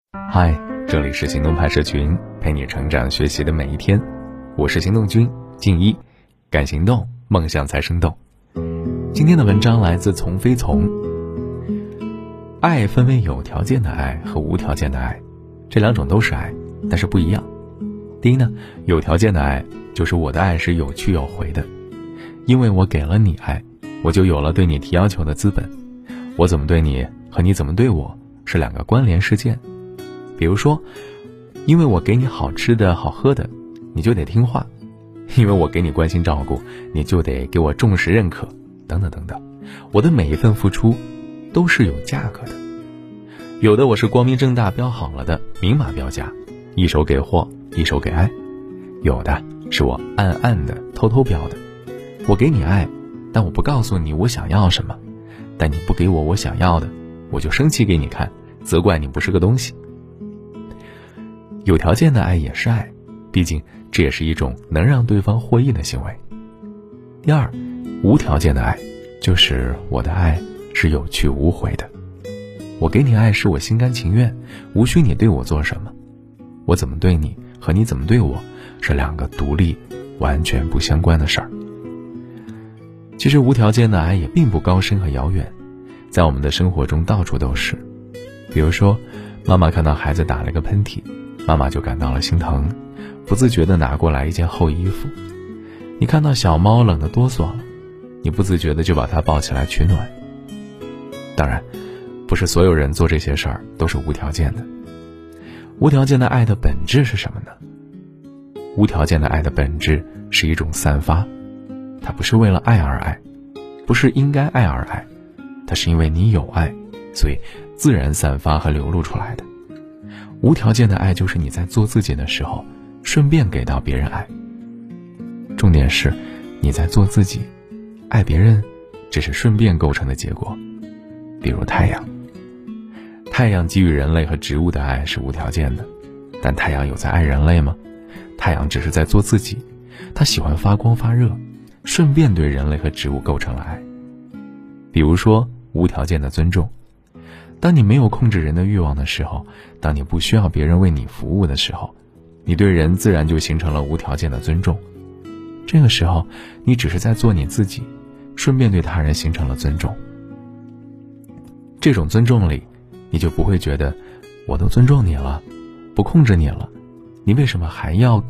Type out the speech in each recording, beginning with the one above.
嗨，这里是行动派社群，陪你成长学习的每一天。我是行动君静一，敢行动，梦想才生动。今天的文章来自从飞从。爱分为有条件的爱和无条件的爱，这两种都是爱，但是不一样。第一呢，有条件的爱就是我的爱是有去有回的，因为我给了你爱，我就有了对你提要求的资本。我怎么对你和你怎么对我是两个关联事件。比如说，因为我给你好吃的好喝的，你就得听话；因为我给你关心照顾，你就得给我重视认可，等等等等。我的每一份付出都是有价格的。有的我是光明正大标好了的，明码标价，一手给货，一手给爱；有的是我暗暗的偷偷标的。我给你爱，但我不告诉你我想要什么，但你不给我想要的，我就生气给你看，责怪你不是个东西。有条件的爱也是爱，毕竟这也是一种能让对方获益的行为。第二，无条件的爱就是我的爱是有去无回的。我给你爱是我心甘情愿，无需你对我做什么。我怎么对你和你怎么对我是两个独立完全不相关的事儿。其实无条件的爱也并不高深和遥远，在我们的生活中到处都是。比如说，妈妈看到孩子打了个喷嚏，妈妈就感到了心疼，不自觉地拿过来一件厚衣服。你看到小猫冷得哆嗦了，你不自觉地就把它抱起来取暖。当然，不是所有人做这些事儿都是无条件的。无条件的爱的本质是什么呢？无条件的爱的本质是一种散发，它不是为了爱而爱，不是应该爱而爱，它是因为你有爱，所以自然散发和流露出来的。无条件的爱就是你在做自己的时候，顺便给到别人爱。重点是你在做自己，爱别人只是顺便构成的结果。比如太阳，太阳给予人类和植物的爱是无条件的，但太阳有在爱人类吗？太阳只是在做自己，它喜欢发光发热，顺便对人类和植物构成了爱。比如说无条件的尊重，当你没有控制人的欲望的时候，当你不需要别人为你服务的时候，你对人自然就形成了无条件的尊重。这个时候你只是在做你自己，顺便对他人形成了尊重。这种尊重里，你就不会觉得我都尊重你了，不控制你了，你为什么还要……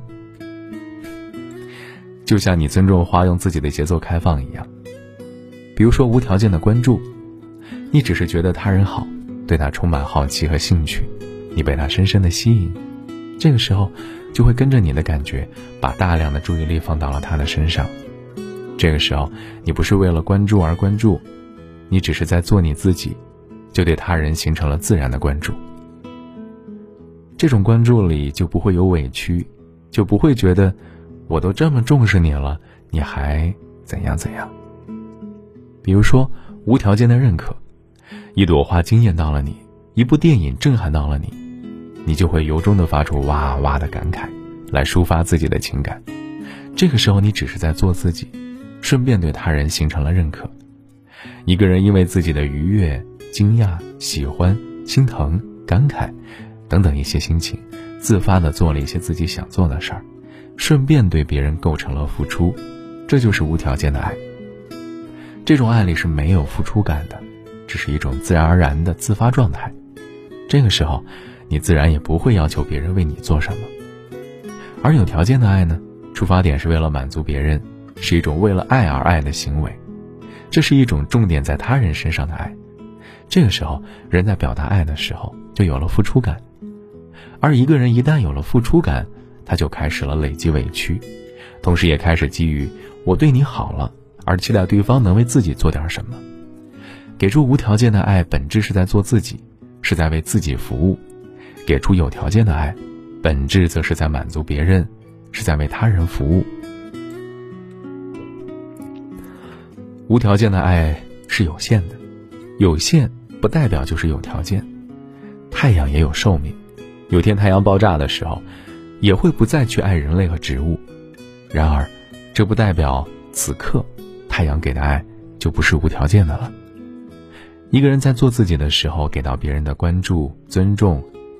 就像你尊重花用自己的节奏开放一样。比如说无条件的关注，你只是觉得他人好，对他充满好奇和兴趣，你被他深深的吸引，这个时候就会跟着你的感觉，把大量的注意力放到了他的身上。这个时候你不是为了关注而关注，你只是在做你自己，就对他人形成了自然的关注。这种关注里就不会有委屈，就不会觉得我都这么重视你了，你还怎样怎样。比如说无条件的认可，一朵花惊艳到了你，一部电影震撼到了你，你就会由衷地发出哇哇的感慨，来抒发自己的情感。这个时候你只是在做自己，顺便对他人形成了认可。一个人因为自己的愉悦、惊讶、喜欢、心疼、感慨等等一些心情，自发地做了一些自己想做的事儿，顺便对别人构成了付出，这就是无条件的爱。这种爱里是没有付出感的，只是一种自然而然的自发状态。这个时候你自然也不会要求别人为你做什么。而有条件的爱呢，出发点是为了满足别人，是一种为了爱而爱的行为，这是一种重点在他人身上的爱。这个时候人在表达爱的时候就有了付出感。而一个人一旦有了付出感，他就开始了累积委屈，同时也开始基于我对你好了而期待对方能为自己做点什么。给出无条件的爱本质是在做自己，是在为自己服务。给出有条件的爱本质则是在满足别人，是在为他人服务。无条件的爱是有限的，有限不代表就是有条件。太阳也有寿命，有天太阳爆炸的时候也会不再去爱人类和植物。然而这不代表此刻太阳给的爱就不是无条件的了。一个人在做自己的时候，给到别人的关注、尊重、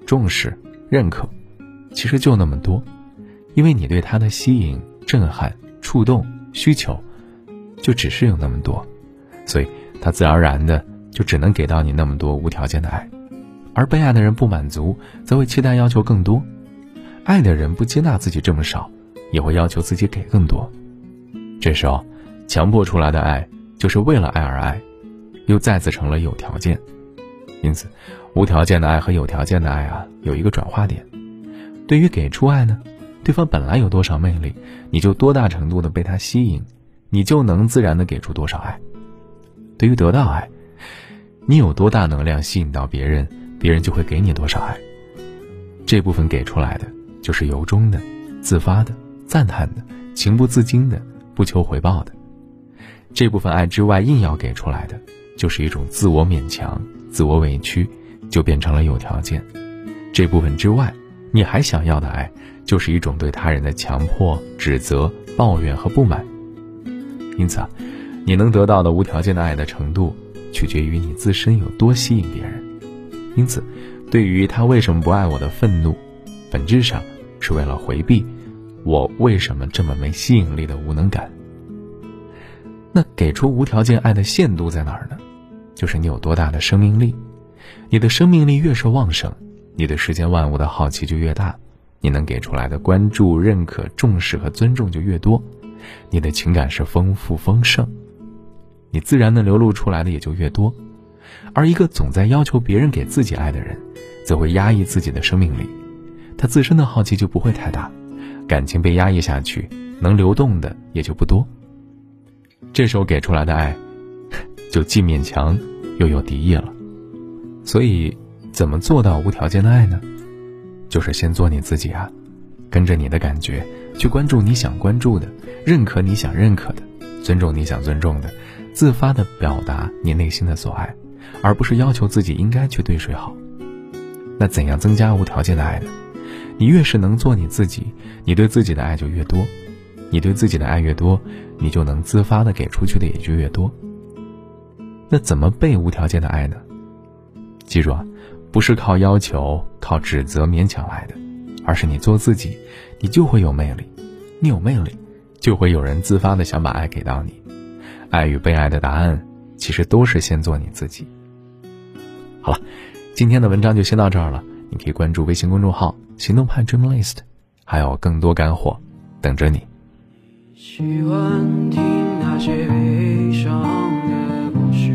重视、认可，其实就那么多。因为你对他的吸引、震撼、触动、需求就只是有那么多，所以他自然而然的就只能给到你那么多无条件的爱。而被爱的人不满足，则会期待要求更多；爱的人不接纳自己这么少，也会要求自己给更多。这时候强迫出来的爱就是为了爱而爱，又再次成了有条件。因此无条件的爱和有条件的爱啊，有一个转化点。对于给出爱呢，对方本来有多少魅力，你就多大程度的被他吸引，你就能自然的给出多少爱。对于得到爱，你有多大能量吸引到别人，别人就会给你多少爱。这部分给出来的就是由衷的、自发的、赞叹的、情不自禁的、不求回报的。这部分爱之外硬要给出来的，就是一种自我勉强、自我委屈，就变成了有条件。这部分之外你还想要的爱，就是一种对他人的强迫、指责、抱怨和不满。因此啊，你能得到的无条件的爱的程度，取决于你自身有多吸引别人。因此对于他为什么不爱我的愤怒，本质上是为了回避我为什么这么没吸引力的无能感。那给出无条件爱的限度在哪儿呢？就是你有多大的生命力。你的生命力越是旺盛，你对世间万物的好奇就越大，你能给出来的关注、认可、重视和尊重就越多，你的情感是丰富丰盛，你自然能流露出来的也就越多。而一个总在要求别人给自己爱的人，则会压抑自己的生命力，他自身的好奇就不会太大，感情被压抑下去，能流动的也就不多。这时候给出来的爱就既勉强又有敌意了。所以怎么做到无条件的爱呢？就是先做你自己啊，跟着你的感觉去关注你想关注的，认可你想认可的，尊重你想尊重的，自发地表达你内心的所爱，而不是要求自己应该去对谁好。那怎样增加无条件的爱呢？你越是能做你自己，你对自己的爱就越多，你对自己的爱越多，你就能自发地给出去的也就越多。那怎么被无条件的爱呢？记住啊，不是靠要求、靠指责勉强来的，而是你做自己，你就会有魅力。你有魅力，就会有人自发地想把爱给到你。爱与被爱的答案，其实都是先做你自己。好了，今天的文章就先到这儿了。你可以关注微信公众号行动派 Dream List， 还有更多干货等着你。 喜欢听那些悲伤的故事，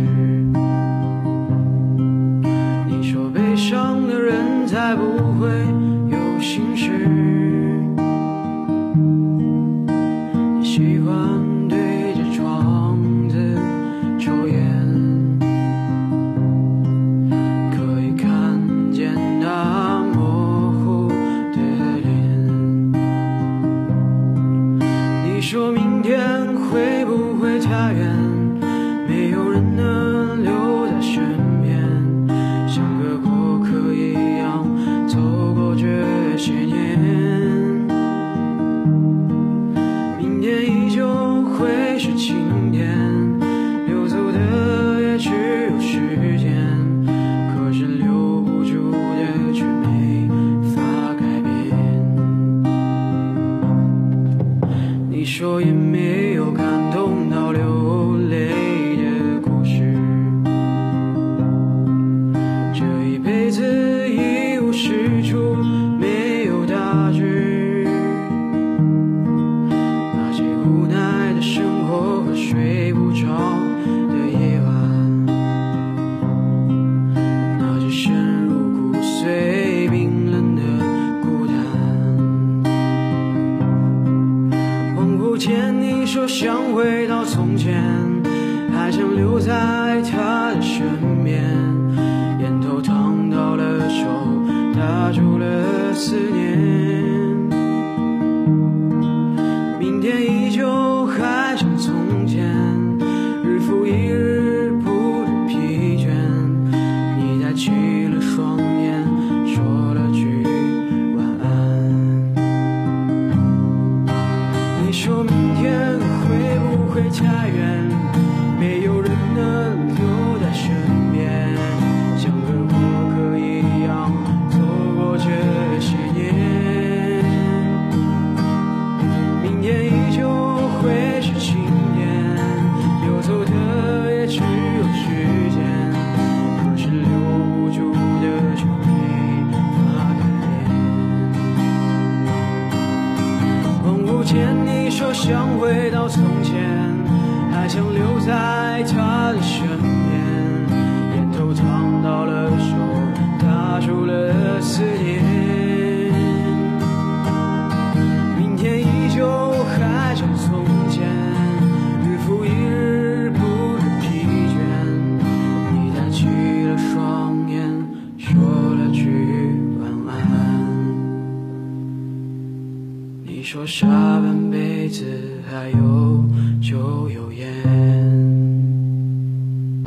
你说悲伤的人才不会有心事，你喜欢对着窗子抽烟，可以看见那模糊的脸，你说明天会不会太远，没有人能留在身边，像个过客一样走过这些年，明天依旧会是晴天，流走的也只有时间，可是留不住的却没法改变。你说也没有感动到流泪的故事，这一辈子一无是处，没有大志，那些无奈的生活和睡不着的夜晚，那些深入骨髓冰冷的孤单。恍惚间你说想回到从前，还想留在他的身边，烟头烫到了手，打住了思念，明天依旧还像从前，日复一日不知疲倦，你抬起了双眼，说了句晚安。你说明天会不会太远，没有人能留在身边，像个过客一样走过想回到从前，还想留在他的身边，烟头烫到了手，打出了思念。明天依旧还像从前，日复一日不疲倦。你抬起了双眼，说了句晚安。你说下半辈子还有9